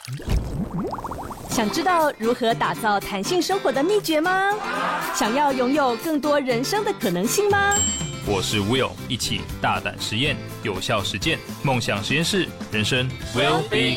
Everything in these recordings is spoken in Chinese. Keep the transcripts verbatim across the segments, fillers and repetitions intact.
想知道如何打造弹性生活的秘诀吗？想要拥有更多人生的可能性吗？ 我是 Will， 一起大胆实验，有效实践，梦想实验室，人生 will be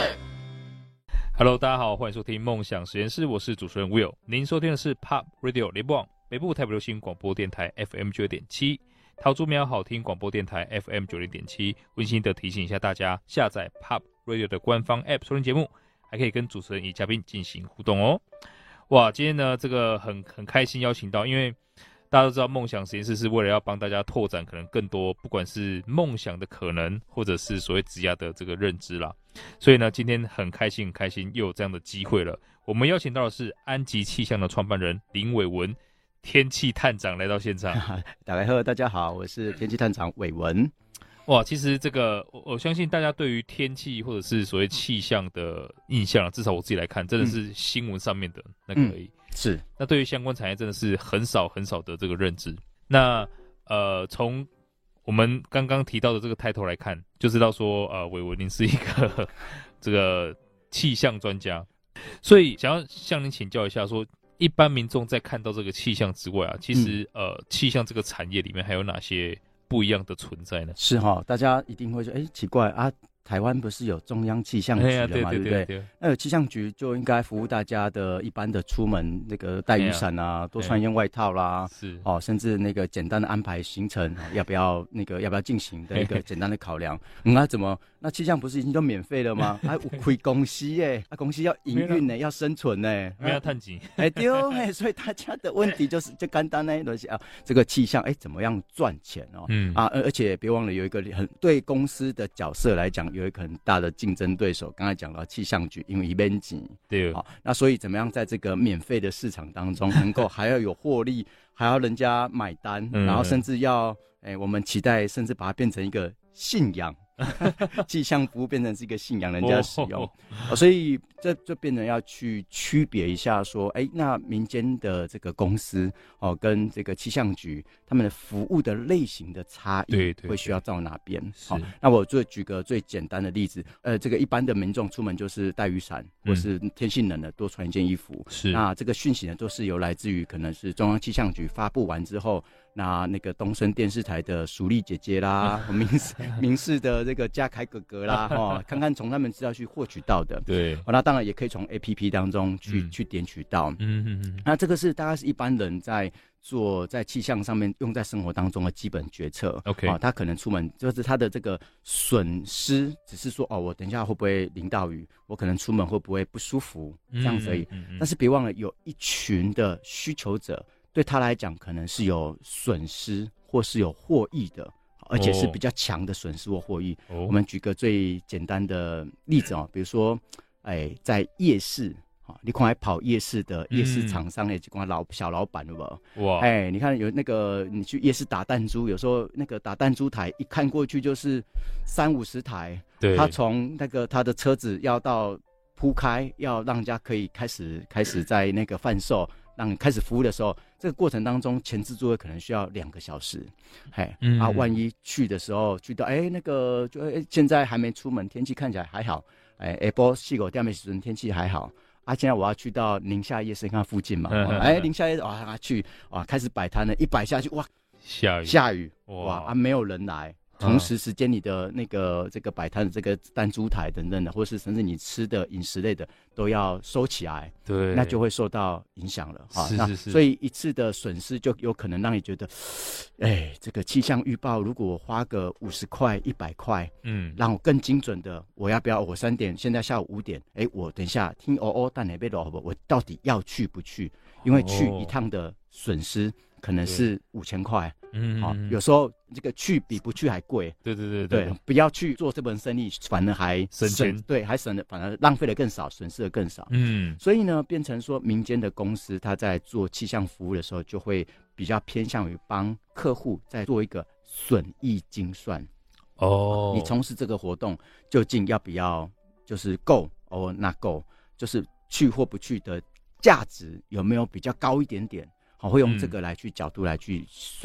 good。Hello， 大家好，欢迎收听梦想实验室，我是主持人 Will。您收听的是 Pop Radio 联播网北部台北流行广播电台 F M 九十点七，桃竹苗好听广播电台 F M 九十点七。温馨的提醒一下大家，下载 Pop Radio 的官方 App 收听节目，还可以跟主持人与嘉宾进行互动哦。哇，今天呢，这个很很开心邀请到，因为大家都知道梦想实验室是为了要帮大家拓展可能更多，不管是梦想的可能，或者是所谓职业的这个认知啦。所以呢，今天很开心很开心又有这样的机会了。我们邀请到的是安吉气象的创办人林伟文，天气探长来到现场。 大家好，大家好，我是天气探长伟文。 哇，其实这个 我, 我相信大家对于天气或者是所谓气象的印象，至少我自己来看，真的是新闻上面的那个而已。嗯嗯、是， 那对于相关产业真的是很少很少的这个认知。那呃，从我们刚刚提到的这个 title 来看，就知道说呃，伟文您是一个这个气象专家，所以想要向您请教一下说。一般民众在看到这个气象之外啊，其实、嗯、呃，气象这个产业里面还有哪些不一样的存在呢？ 是哈，大家一定会说，哎，奇怪啊，台湾不是有中央气象局的嘛，对, 对, 对, 对, 对不对？那有气象局就应该服务大家的一般的出门那个带雨伞啊，多穿一件外套啦，是哦，甚至那个简单的安排行程，要不要那个要不要进行的一个简单的考量。嗯，那怎么？那气象不是已经都免费了吗？还有开公司耶，啊，公司要营运呢，要生存呢， 没有探景， 哎对哎，所以大家的问题就是就简单呢，就是啊，这个气象哎怎么样赚钱哦？嗯啊，而且别忘了有一个很对公司的角色来讲，有一个很大的竞争对手。刚才讲到气象局，因为一边紧，对，好，那所以怎么样在这个免费的市场当中，能够还要有获利，还要人家买单，嗯、然后甚至要哎，我们期待甚至把它变成一个信仰。气象服务变成是一个信仰，人家使用， oh, oh, oh. 所以这就变成要去区别一下，说，哎，那民间的这个公司哦，跟这个气象局他们的服务的类型的差异，对对对，会需要到哪边？好，那我就举个最简单的例子，呃，这个一般的民众出门就是带雨伞，或是天气冷了多穿一件衣服，是、嗯。那这个讯息呢，都是由来自于可能是中央气象局发布完之后。那那个东森电视台的淑丽姐姐啦，民视民视的这个嘉凯哥哥啦，哦，看看从他们资料去获取到的，对，哦，那当然也可以从 A P P 当中去、嗯、去点取到，嗯嗯嗯，那这个是大概是一般人在做在气象上面用在生活当中的基本决策 ，OK， 哦，他可能出门就是他的这个损失，只是说哦，我等一下会不会淋到雨，我可能出门会不会不舒服，这样子而已，嗯嗯嗯，但是别忘了有一群的需求者。对他来讲，可能是有损失或是有获益的，而且是比较强的损失或获益。Oh. 我们举个最简单的例子哦，比如说，哎，在夜市，你看来跑夜市的夜市厂商的几个老小老板，对不？哇！哎，你看有那个你去夜市打弹珠，有时候那个打弹珠台一看过去就是三五十台，对，他从那个他的车子要到铺开，要让人家可以开始开始在那个贩售。让你开始服务的时候，这个过程当中前置作业可能需要两个小时，嘿，嗯、啊，万一去的时候去到，哎，那个就哎现在还没出门，天气看起来还好，哎，下晡四五点的时候天气还好，啊，现在我要去到宁夏夜市看附近嘛，哎，宁夏夜市啊去啊开始摆摊了，一摆下去哇，下雨下雨哇啊没有人来。同时时间你的那个这个摆摊的这个弹珠台等等的，或是甚至你吃的饮食类的都要收起来，对，那就会受到影响了哈。是是是，所以一次的损失就有可能让你觉得，哎，这个气象预报如果我花个五十块、一百块，嗯，让我更精准的，我要不要？我三点，现在下午五点，哎，我等一下听哦哦，但哪边落好不？我到底要去不去？因为去一趟的损失可能是五千块。嗯，好、哦，有时候这个去比不去还贵。对对对 对, 对，不要去做这门生意，反而还省钱，对，还省的，反而浪费的更少，损失的更少。嗯，所以呢，变成说民间的公司，他在做气象服务的时候，就会比较偏向于帮客户在做一个损益精算。哦，你从事这个活动究竟要不要，就是够哦，那够，就是去或不去的价值有没有比较高一点点？好，会用这个来去角度来去算。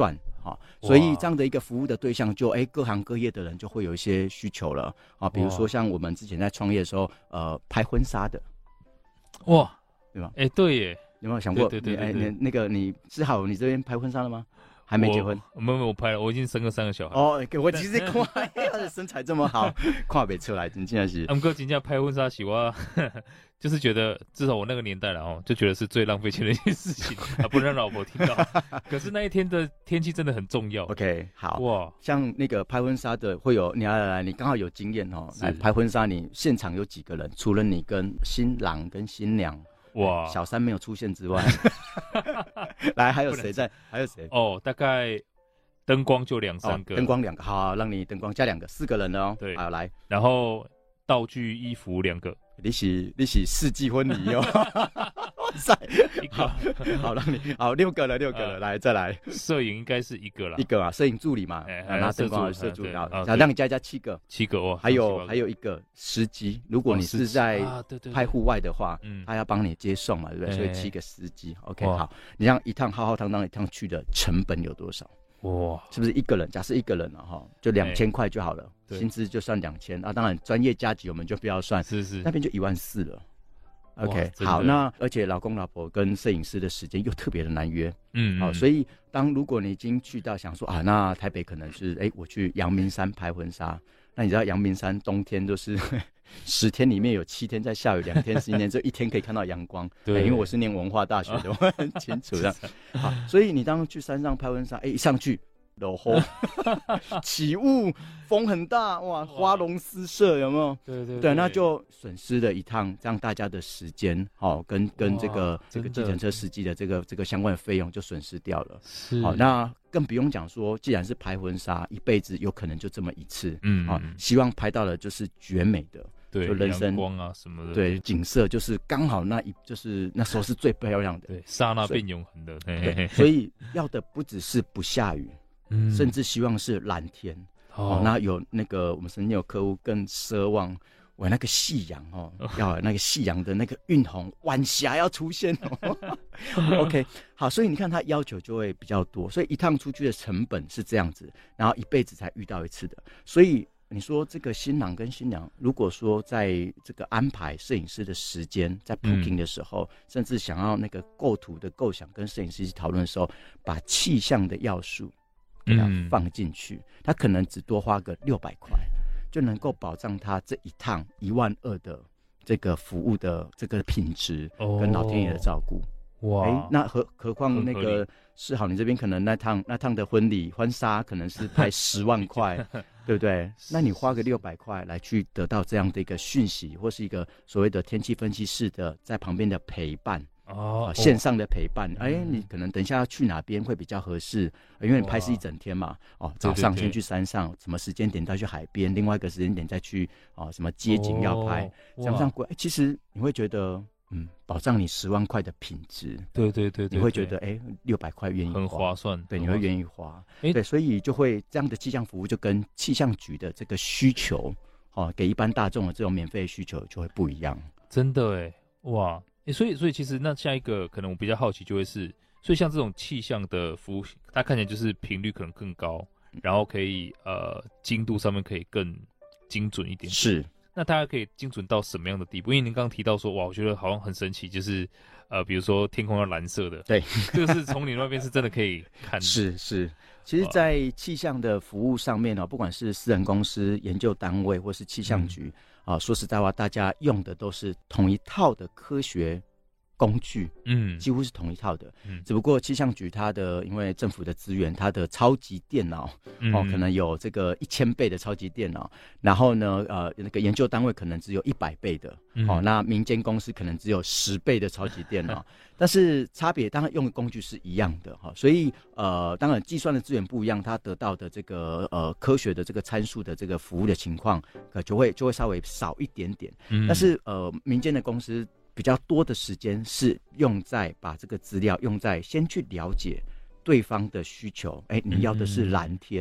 哈，所以这样的一个服务的对象就哎各行各业的人就会有一些需求了啊，比如说像我们之前在创业的时候，呃，拍婚纱的， 哇， 对吧？ 哎、欸，对耶， 有没有想过？ 对对对对对， 哎，那个你志豪，你这边拍婚纱了吗？还没结婚？ 没有，我拍了，我已经生了三个小孩。 哦，我其实看他的身材这么好，看不出来，真的是。 啊，不过真正拍婚纱是我，就是觉得至少我那个年代了哦，就觉得是最浪费钱的一件事情啊，不能让老婆听到。可是那一天的天气真的很重要。 OK， 好哇， 像那个拍婚纱的会有，你来来来，你刚好有经验哦，来拍婚纱，你现场有几个人？除了你跟新郎跟新娘。哇，小三没有出现之外，来还有谁在？还有谁？ 哦，大概灯光就两三个， 灯、哦、光两个，好，让你灯光加两个，四个人了哦。 对， 好来， 然后道具、衣服两个， 你是你是世纪婚礼哦，哇塞，好，好让你好六个了，六个了，呃、来再来， 摄影应该是一个啦， 一个啊，摄影助理嘛， 哎、 欸，拿灯光的摄助，好， 啊， 让你加加七个， 七个哦， 还有还有一个司机，如果你是在拍户外的话，嗯、哦，他要帮你接送嘛，对不对？欸、所以七个司机 ，OK， 好，你像一趟浩浩荡荡一趟去的成本有多少？哇，是不是一个人？假设一个人了、啊、哈，就两千块就好了，欸、薪资就算两千啊。当然专业加级我们就不要算， 是是， 那边就一万四了。OK， 好，那而且老公老婆跟摄影师的时间又特别的难约，嗯，好，所以当如果你已经去到想说啊，那台北可能是哎、欸，我去阳明山拍婚纱，那你知道阳明山冬天都是十天里面有七天在下雨，两天是一年只有一天可以看到阳光，对、欸，因为我是念文化大学的，啊、我很清楚的。好，所以你当去山上拍婚纱，哎、欸，一上去。落雨起雾，风很大，哇，花容失色，有没有？对对 对, 对，那就损失了一趟，让大家的时间，好、哦，跟跟这个这个计程车司机的这个这个相关的费用就损失掉了。是，好、哦，那更不用讲说，既然是拍婚纱，一辈子有可能就这么一次，嗯，好、哦，希望拍到的就是绝美的。 对， 就人生阳光啊什么的， 对，景色就是刚好那一，就是那时候是最漂亮的， 对，刹那变永恒的， 对，对所以要的不只是不下雨。嗯、甚至希望是蓝天 哦, 哦，那有那个我们曾经有客户更奢望，我那个夕阳哦，哦要有那个夕阳的那个晕红，晚霞要出现哦。OK， 好，所以你看他要求就会比较多，所以一趟出去的成本是这样子，然后一辈子才遇到一次的，所以你说这个新郎跟新娘，如果说在这个安排摄影师的时间，在 booking 的时候、嗯，甚至想要那个构图的构想跟摄影师一起讨论的时候，把气象的要素。给他放进去、嗯，他可能只多花个六百块，就能够保障他这一趟一万二的这个服务的这个品质跟老天爷的照顾。哇，哎、欸，那何何况那个世豪，你这边可能那趟那趟的婚礼婚纱可能是拍十万块，对不对？那你花个六百块来去得到这样的一个讯息，或是一个所谓的天气分析师的在旁边的陪伴。哦，线上的陪伴，哎、欸，你可能等一下要去哪边会比较合适？因为你拍是一整天嘛，哦，早上先去山上，什么时间点再去海边，另外一个时间点再去哦，什么街景要拍，这样这样贵、欸，其实你会觉得，嗯，保障你十万块的品质， 对对 对, 对, 对， 你会觉得，哎、欸，六百块愿意花， 很划算， 对，你会愿意花，欸、对，所以就会这样的气象服务就跟气象局的这个需求，哦，给一般大众的这种免费的需求就会不一样， 真的哎，哇。欸、所以，所以其实那下一个可能我比较好奇就会是，所以像这种气象的服务，它看起来就是频率可能更高，然后可以呃精度上面可以更精准一点点。是，那大家可以精准到什么样的地步？因为您刚刚提到说，哇，我觉得好像很神奇，就是呃，比如说天空要蓝色的，对，这个是从你那边是真的可以看的。 是是，其实，在气象的服务上面呢、哦，不管是私人公司、研究单位或是气象局。嗯啊，说实在话，大家用的都是同一套的科学工具，嗯，几乎是同一套的，嗯，只不过气象局它的因为政府的资源，它的超级电脑，嗯、哦，可能有这个一千倍的超级电脑，然后呢，呃，那个研究单位可能只有一百倍的，嗯、哦，那民间公司可能只有十倍的超级电脑，但是差别当然用的工具是一样的，哈、哦，所以呃，当然计算的资源不一样，它得到的这个呃科学的这个参数的这个服务的情况，呃，就会就会稍微少一点点，嗯，但是呃，民间的公司。比较多的时间是用在把这个资料用在先去了解对方的需求，哎，你要的是蓝天，嗯、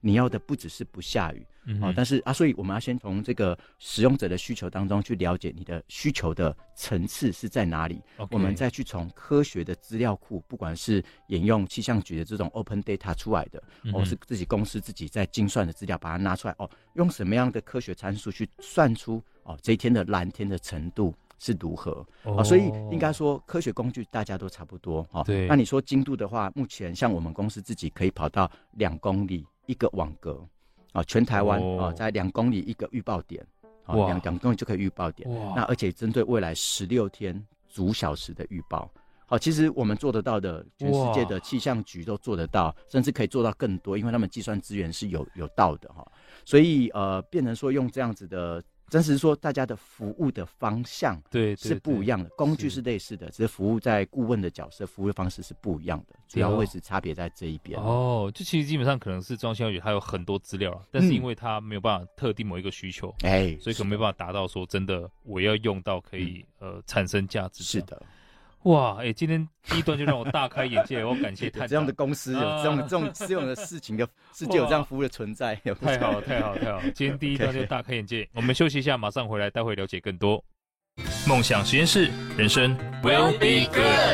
你要的不只是不下雨。嗯哦，但是啊，所以我们要先从这个使用者的需求当中去了解你的需求的层次是在哪里， okay. 我们再去从科学的资料库，不管是沿用气象局的这种 open data 出来的，嗯、哦，是自己公司自己在精算的资料把它拿出来，哦，用什么样的科学参数去算出哦这一天的蓝天的程度是如何、哦哦、所以应该说科学工具大家都差不多、哦、对。那你说精度的话，目前像我们公司自己可以跑到两公里一个网格。哦、全台湾、哦哦、在两公里一个预报点，哦、两, 两公里就可以预报点。那而且针对未来十六天逐小时的预报，好、哦，其实我们做得到的，全世界的气象局都做得到，甚至可以做到更多，因为他们计算资源是有有到的哈、哦。所以呃，变成说用这样子的。真实说，大家的服务的方向对是不一样的，工具是类似的，只是服务在顾问的角色，服务方式是不一样的，主要位置差别在这一边。 哦，就其实基本上可能是中央气象局它有很多资料了，但是因为它没有办法特定某一个需求，哎、嗯，所以可能没办法达到说真的我要用到可以、嗯、呃产生价值。 是的。 哇，哎、欸，今天第一段就让我大开眼界，我感谢探长。 这样的公司有这种、啊、这种这种的事情的世界有这样服务的存在， 太好了，太好了，太好了！今天第一段就大开眼界， okay. 我们休息一下，马上回来，待会了解更多。梦想实验室，人生 will be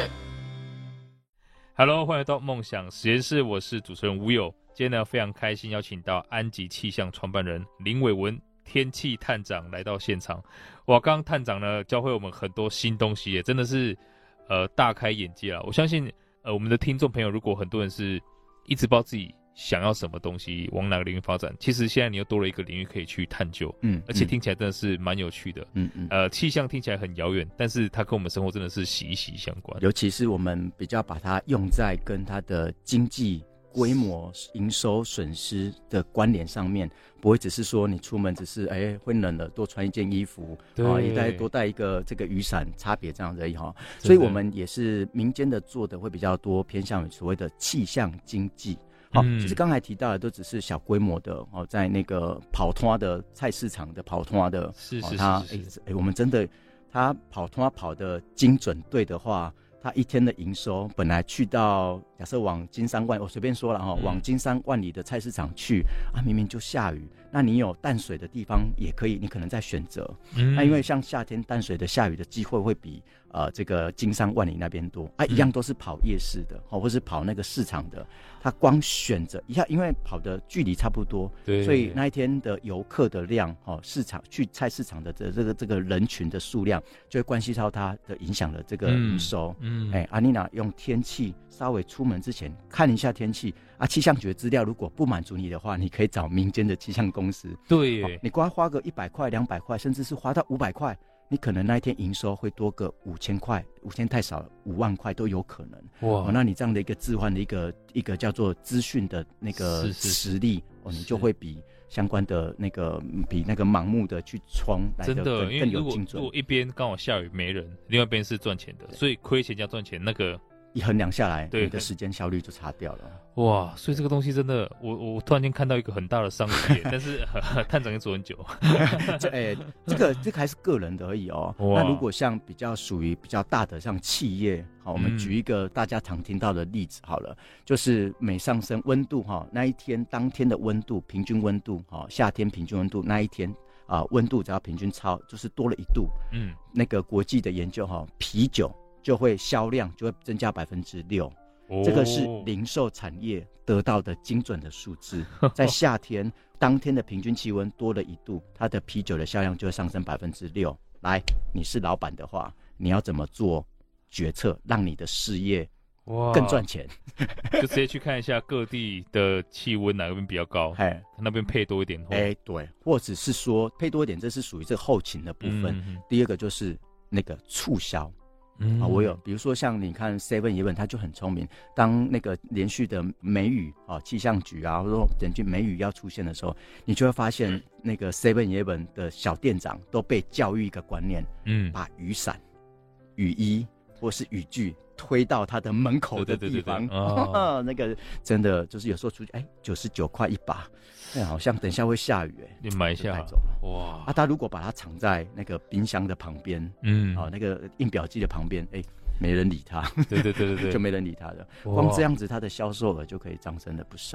good。Hello， 欢迎来到梦想实验室，我是主持人吴友。今天呢，非常开心邀请到安吉气象创办人林伟文天气探长来到现场。哇，刚刚探长呢教会我们很多新东西耶，真的是。呃，大开眼界啦！我相信，呃，我们的听众朋友，如果很多人是一直不知道自己想要什么东西，往哪个领域发展，其实现在你又多了一个领域可以去探究，嗯，而且听起来真的是蛮有趣的，嗯嗯。呃，气象听起来很遥远，但是它跟我们生活真的是息息相关。 尤其是我们比较把它用在跟它的经济规模、营收损失的关联上面，不会只是说你出门只是哎、欸、会冷了多穿一件衣服啊，一带多带一个这个雨伞，差别这样而已哈。所以我们也是民间的做的会比较多，偏向于所谓的气象经济。好、嗯，其实刚才提到的都只是小规模的哦，在那个跑摊的菜市场的跑摊的， 是是是是， 他哎哎，我们真的他跑摊跑的精准对的话。他一天的营收本来去到假设往金山万，我随便说了哈，往金山万里的菜市场去啊，明明就下雨，那你有淡水的地方也可以，你可能在选择。嗯，那因为像夏天淡水的下雨的机会会比呃这个金山万里那边多啊，一样都是跑夜市的，哦，或是跑那个市场的，他光选择一下，因为跑的距离差不多，对，所以那一天的游客的量，哦，市场去菜市场的这这个这个人群的数量，就会关系到它的影响了这个营收。嗯嗯，哎，阿妮娜用天气稍微出门之前看一下天气啊，气象局的资料如果不满足你的话，你可以找民间的气象公司。 对耶、哦， 你光花个一百块、两百块，甚至是花到五百块，你可能那一天营收会多个五千块，五千太少了，五万块都有可能。哇、哦，那你这样的一个置换的一个一个叫做资讯的那个实力，是是是哦，你就会比。相关的那个比那个盲目的去冲来的更真的，因为更有精准。 如果一边刚好下雨没人，另外一边是赚钱的，所以亏钱加赚钱那个一衡量下来，你的时间效率就差掉了。 哇，所以这个东西真的，我我突然间看到一个很大的商机，但是探长也做很久。 这哎、欸，这个这个还是个人的而已哦。那如果像比较属于比较大的像企业，好，我们举一个大家常听到的例子好了，嗯、就是每上升温度哈，那一天当天的温度平均温度哈，夏天平均温度那一天啊，温度只要平均超就是多了一度，嗯，那个国际的研究哈，啤酒就会销量就会增加百分之六。这个是零售产业得到的精准的数字，在夏天当天的平均气温多了一度，它的啤酒的销量就会上升百分之六。来，你是老板的话，你要怎么做决策，让你的事业更赚钱？ 就直接去看一下各地的气温哪边比较高，哎，那边配多一点。 哎，对，或者是说配多一点，这是属于这个后勤的部分。嗯、第二个就是那个促销。嗯、啊，我有，比如说像你看 Seven Eleven， 它就很聪明。当那个连续的梅雨啊，气象局啊，或者说连续梅雨要出现的时候，你就会发现那个 Seven Eleven 的小店长都被教育一个观念，嗯，把雨伞、雨衣或是雨具推到他的门口的地方。对对对对哦、那个真的就是有时候出去，哎，九十九块一把。那好像等一下会下雨，哎， 你买一下， 带走了。哇！啊，他如果把它藏在那个冰箱的旁边，嗯，啊，那个印表机的旁边，哎，没人理他。 对对对对对， 就没人理他的。光这样子，他的销售额就可以上升了不少。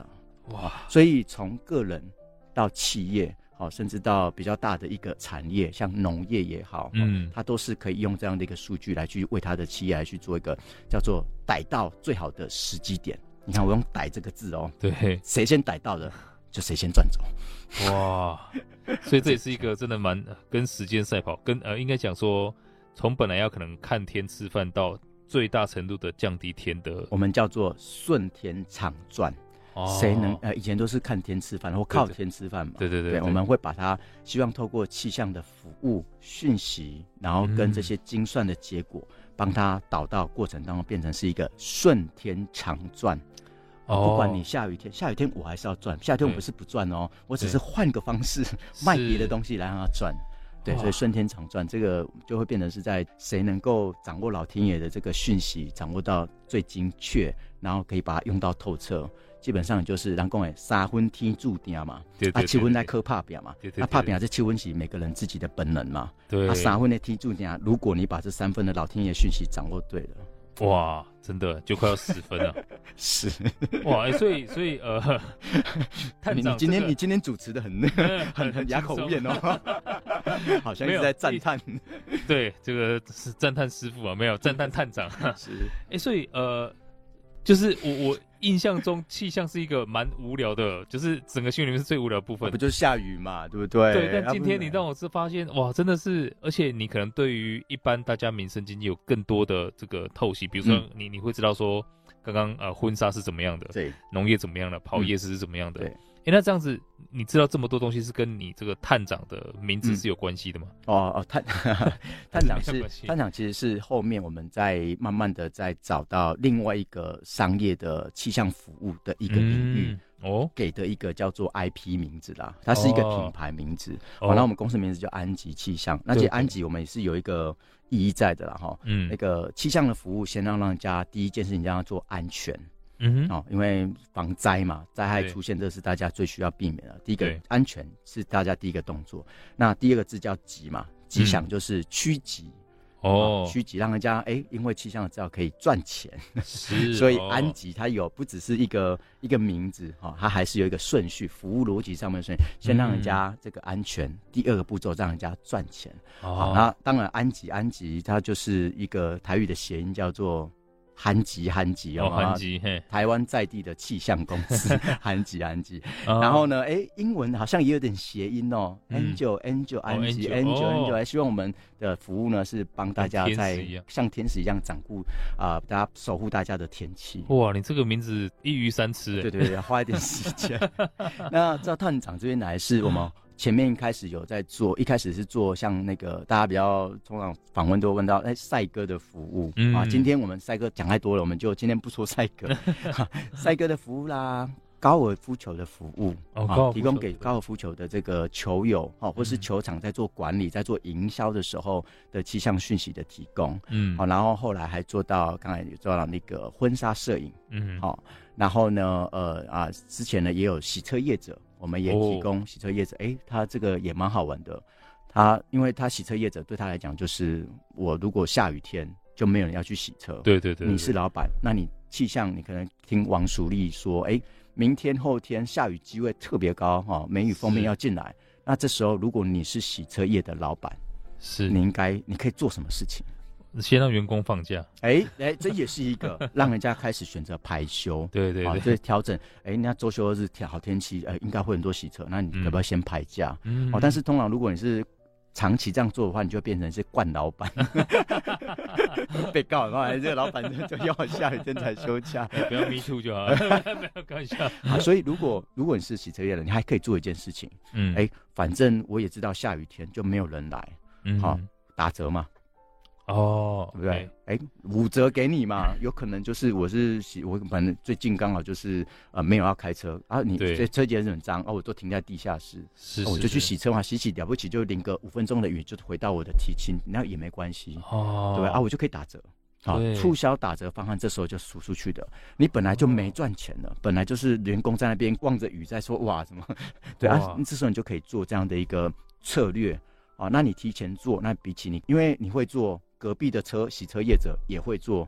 哇！所以从个人到企业，好，甚至到比较大的一个产业，像农业也好，嗯，它都是可以用这样的一个数据来去为它的企业来去做一个叫做逮到最好的时机点。你看我用逮这个字哦， 对， 谁先逮到的，就谁先赚走。 哇！所以这也是一个真的蛮跟时间赛跑，跟呃应该讲说，从本来要可能看天吃饭到最大程度的降低天的， 我们叫做顺天长赚。谁、哦、能呃以前都是看天吃饭或靠天吃饭嘛？ 对对 对, 对, 对, 对，我们会把它希望透过气象的服务讯息，然后跟这些精算的结果，帮、嗯、它导到过程当中变成是一个顺天长赚。哦，不管你下雨天，下雨天我还是要赚，下雨天我不是不赚哦，我只是换个方式卖别的东西来让它赚。对，所以顺天长赚这个就会变成是在谁能够掌握老天爷的这个讯息，掌握到最精确，然后可以把它用到透彻。基本上就是人讲的三分天注定嘛，对对对对，啊七分在靠拍拼嘛，对对对对，那拍拼这七分是每个人自己的本能嘛，对，啊三分的天注定，如果你把这三分的老天爷讯息掌握对了， 哇，真的就快要十分了， 是， 哇，欸、所以所以呃， 探长、这个，你今天你今天主持的很很很哑口无言哦，好像是在赞叹， 对，这个是赞叹师傅啊，没有赞叹探长，是，哎、欸，所以呃，就是我我。印象中气象是一个蛮无聊的，就是整个新闻里面是最无聊的部分， 啊、不就是下雨嘛，对不对？ 对，但今天你让我是发现，哇，真的是，而且你可能对于一般大家民生经济有更多的这个透析，比如说你、嗯、你会知道说，刚刚呃婚纱是怎么样的，对，农业怎么样的，跑夜市是怎么样的，嗯、对。哎，那这样子，你知道这么多东西是跟你这个探长的名字是有关系的吗？ 嗯、哦哦，探探长是探长，其实是后面我们在慢慢的在找到另外一个商业的气象服务的一个领域。嗯哦，给的一个叫做 I P 名字啦，它是一个品牌名字。哦，那、哦、我们公司名字叫安吉气象。那且安吉我们也是有一个意义在的啦，哈。嗯，那个气象的服务，先让让人家第一件事情让他做安全。嗯哼，哦，因为防灾嘛，灾害出现，这是大家最需要避免的。第一个安全是大家第一个动作。那第二个字叫吉嘛，吉祥就是趋吉。哦，趋吉让人家哎、欸，因为气象的资料可以赚钱，是，所以安吉它有不只是一个一个名字哈、哦，它还是有一个顺序，服务逻辑上面的顺序，先让人家这个安全，嗯、第二个步骤让人家赚钱。哦，好，那当然安吉安吉它就是一个台语的谐音，叫做憨吉憨吉哦，憨吉，台湾在地的气象公司憨吉憨吉。然后呢，哎、欸，英文好像也有点谐音哦 ，Angel Angel 安吉 Angel Angel， 希望我们的服务呢是帮大家在像天使一样掌顾啊、呃，大家守护大家的天气。 哇，你这个名字一鱼三吃， 对对对，要花一点时间。那赵探长这边来是我们。前面一开始有在做，一开始是做像那个大家比较通常访问都会问到，哎，赛哥的服务、嗯、啊。今天我们赛哥讲太多了，我们就今天不说赛哥，赛哥的服务啦，高尔夫球的服务，哦啊、提供给高尔夫球的这个球友，哦、或是球场在做管理、嗯、在做营销的时候的气象讯息的提供，嗯，好、啊，然后后来还做到刚才有做到那个婚纱摄影，嗯，好、啊，然后呢，呃啊，之前呢也有洗车业者。我们也提供洗车业者，哎、哦，他这个也蛮好玩的。他因为他洗车业者对他来讲，就是我如果下雨天就没有人要去洗车， 对对 对, 对， 你是老板，那你气象你可能听王淑丽说，哎，明天后天下雨机会特别高哈、哦，梅雨锋面要进来，那这时候如果你是洗车业的老板，是你应该你可以做什么事情？ 先让员工放假， 哎哎，这也是一个让人家开始选择排休， 对对对， 所以调整，哎，人家周休二日好天气，哎，应该会很多洗车，那你要不要先排假？嗯，哦，但是通常如果你是长期这样做的话，你就变成是惯老板，被告的话，这个老板就要下雨天才休假， 不要 me too 就好了，不要开玩笑。 好，所以如果如果你是洗车业的，你还可以做一件事情，嗯，哎，反正我也知道下雨天就没有人来，嗯，好，打折嘛。哦，对不对？哎、okay ，五折给你嘛，有可能就是我是洗，我反正最近刚好就是呃没有要开车啊，你这车节很脏啊，我都停在地下室，是, 是, 是、啊，我就去洗车嘛，洗洗了不起就淋个五分钟的雨就回到我的提亲，那也没关系哦，对吧？啊，我就可以打折，好，促销打折方案这时候就数出去的，你本来就没赚钱了，哦、本来就是员工在那边望着雨在说哇什么，对啊，这时候你就可以做这样的一个策略啊，那你提前做，那比起你，因为你会做。隔壁的车洗车业者也会做，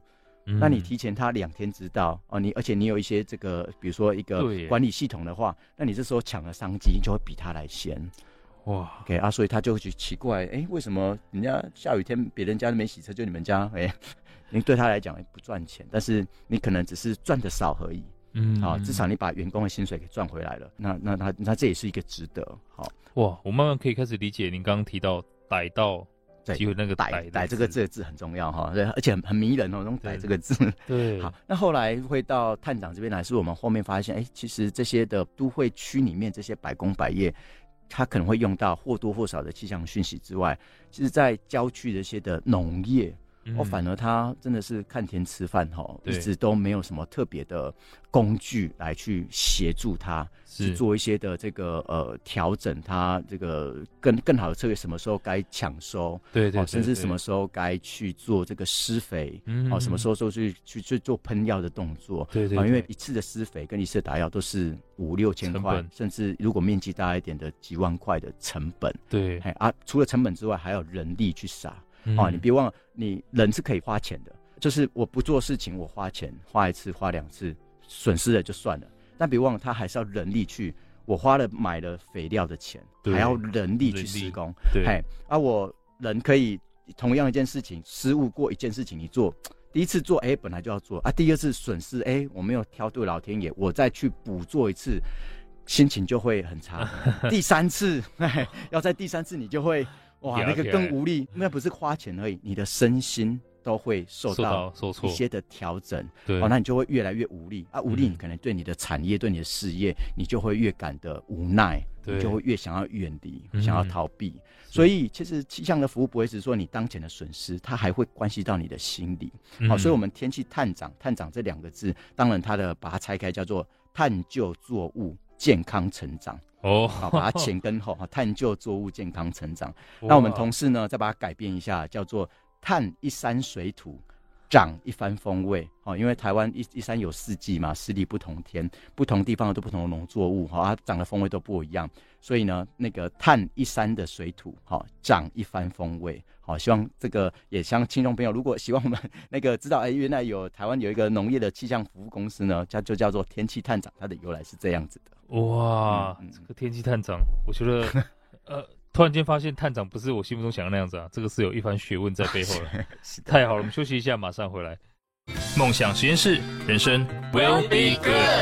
嗯、那你提前他两天知道哦，你而且你有一些这个，比如说一个管理系统的话，那你这时候抢了商机，就会比他来先。哇 ，OK 啊，所以他就会去奇怪，哎、欸，为什么人家下雨天别人家都没洗车，就你们家，哎、欸，你对他来讲不赚钱，但是你可能只是赚的少而已。嗯，好，至少你把员工的薪水给赚回来了，那那那那这也是一个值得。好， 哇，我慢慢可以开始理解您刚刚提到逮到机会那个逮逮这个这个字很重要哈，而且很很迷人哦，用逮这个字。 对， 好，那后来会到探长这边来，是我们后面发现，哎、欸，其实这些的都会区里面这些百工百业，它可能会用到或多或少的气象讯息之外，其实在郊区这些的农业。我、哦、反而他真的是看天吃饭哈，一直都没有什么特别的工具来去协助他去做一些的这个呃调整，他这个更更好的策略，什么时候该抢收， 对 对, 对, 对, 对， 甚至什么时候该去做这个施肥，嗯，哦，什么时候就去去去做喷药的动作， 对 对, 对、 哦，因为一次的施肥跟一次的打药都是五六千块，甚至如果面积大一点的几万块的成本， 对， 啊，除了成本之外，还有人力去撒。哦，你别忘了，你人是可以花钱的，就是我不做事情，我花钱，花一次花两次，损失了就算了。但别忘了，他还是要人力去，我花了买了肥料的钱，还要人力去施工。 对， 嘿，啊，我人可以同样一件事情，失误过一件事情，你做第一次做，哎、欸，本来就要做啊，第二次损失，哎、欸，我没有挑对老天爷，我再去补做一次，心情就会很差。第三次，要在第三次你就会。哇，那个更无力，那不是花钱而已，你的身心都会受到一些的调整， 对， 哦，那你就会越来越无力啊，无力，你可能对你的产业、嗯、对你的事业，你就会越感得无奈，你就会越想要远离、嗯，想要逃避。所以，其实气象的服务不会只说你当前的损失，它还会关系到你的心理。好、嗯哦，所以我们天气探长，探长这两个字，当然它的把它拆开叫做探究作物健康成长。哦，好，把它前跟后，探究作物健康成长。那我们同事呢，再把它改变一下，叫做探一山水土，长一番风味。哦，因为台湾一一山有四季嘛，十里不同天，不同地方都不同的农作物，哈、哦，它长的风味都不一样。所以呢，那个探一山的水土，好、哦，长一番风味。好、哦，希望这个也像听众朋友，如果希望我们那个知道，哎，原来有台湾有一个农业的气象服务公司呢，叫就叫做天气探长，它的由来是这样子的。 哇、嗯嗯，这个天气探长，我觉得，呃，突然间发现探长不是我心目中想的那样子啊，这个是有一番学问在背后了，太好了，我们休息一下，马上回来。 梦想实验室，人生 will be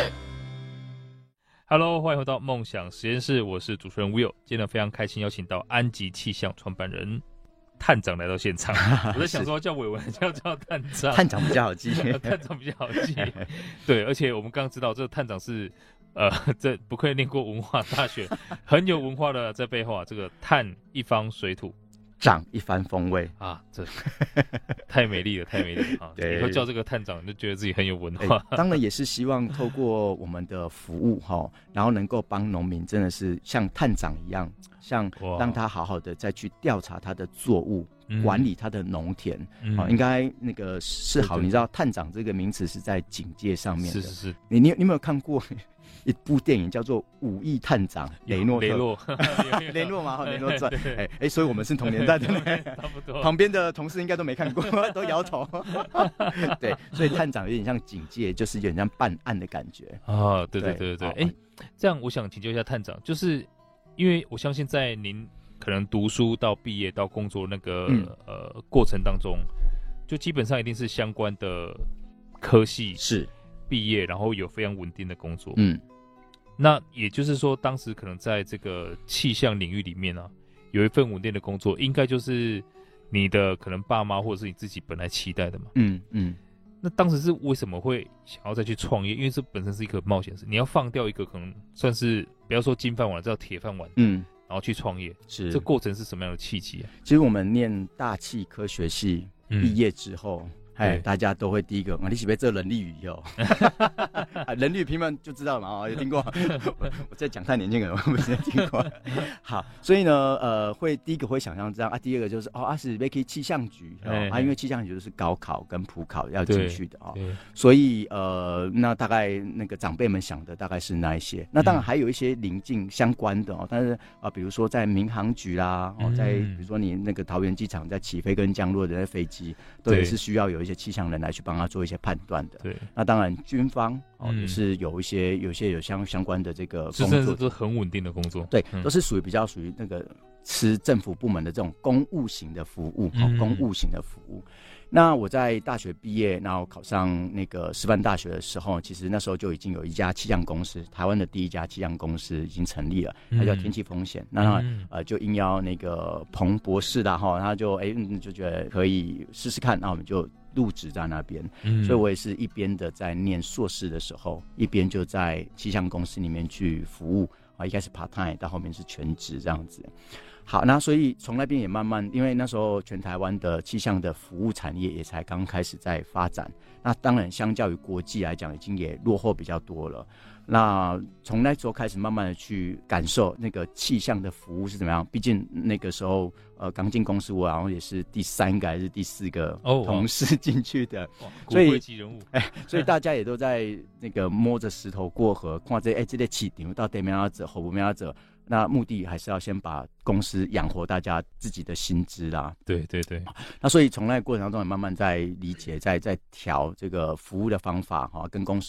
good。Hello， 欢迎回到梦想实验室，我是主持人 Will， 今天非常开心邀请到安吉气象创办人探长来到现场。我在想说叫伟文还是要叫探长？ 探长比较好记， 探长比较好记。对，而且我们刚刚知道这个探长是。呃，这不愧念过文化大学，很有文化的在背后啊。这个探一方水土， 长一番风味啊，这太美丽了，太美丽了啊！以后叫这个探长，就觉得自己很有文化。 欸、当然也是希望透过我们的服务哈，然后能够帮农民，真的是像探长一样，像让他好好的再去调查他的作物。管理他的农田，嗯哦、应该那个是好。你知道探长这个名词是在警戒上面的。 是是是。 你你你有没有看过一部电影叫做《武义探长雷诺特》？ 雷诺， 雷诺嘛，雷诺传。哎哎、欸，所以我们是同年代的呢。 差不多。 旁边的同事应该都没看过，都摇头。对，所以探长有点像警戒，就是有点像办案的感觉。 啊，对对对对对。哎、欸，这样我想请教一下探长，就是因为我相信在您。可能读书到毕业到工作那个、嗯、呃过程当中，就基本上一定是相关的科系是毕业，然后有非常稳定的工作。 嗯， 那也就是说，当时可能在这个气象领域里面啊，有一份稳定的工作，应该就是你的可能爸妈或者是你自己本来期待的嘛。 嗯嗯。 那当时是为什么会想要再去创业？因为这本身是一个冒险事，你要放掉一个可能算是不要说金饭碗，叫铁饭碗。 嗯。 然后去创业， 是这过程是什么样的契机啊？ 其实我们念大气科学系毕业之后，嗯哎，大家都会第一个，啊，你是不是做人力语哟？人力评论就知道了嘛，有听过？我, 我在讲太年轻人，我不是听过。好，所以呢，呃，会第一个会想象这样啊，第二个就是哦，啊是要去气象局哦，啊，因为气象局就是高考跟普考要进去的哦，所以呃，那大概那个长辈们想的大概是那一些，那当然还有一些邻近相关的哦，但是啊、呃，比如说在民航局啦，哦，在比如说你那个桃园机场在起飞跟降落的那飞机，都也是需要有一一些气象人来去帮他做一些判断的。 对， 那当然军方哦、 嗯、 也是有一些有些有相相关的这个工作， 是是很稳定的工作。 对， 嗯、 都是属于比较属于那个吃政府部门的这种公务型的服务， 嗯、 哦，公务型的服务。那我在大学毕业，然后考上那个师范大学的时候，其实那时候就已经有一家气象公司，台湾的第一家气象公司已经成立了，它叫天气风险。嗯、那呃就应邀那个彭博士啦哈，他就哎、欸、就觉得可以试试看，那我们就入职在那边。嗯、所以我也是一边的在念硕士的时候，一边就在气象公司里面去服务啊，一开始 part time， 到后面是全职这样子。好，那所以从那边也慢慢，因为那时候全台湾的气象的服务产业也才刚开始在发展，那当然相较于国际来讲，已经也落后比较多了。那从那时候开始，慢慢的去感受那个气象的服务是怎么样。毕竟那个时候，呃，刚进公司，我好像也是第三个还是第四个同事进去的， 哦、 所以级人物， 哎，所以大家也都在那个摸着石头过河，看这哎这个市场到底怎样走，好不怎样走。那目的还是要先把公司养活大家自己的薪资啦。 对对对。 那所以从那个过程当中，也慢慢在理解，在在调这个服务的方法哈，跟公司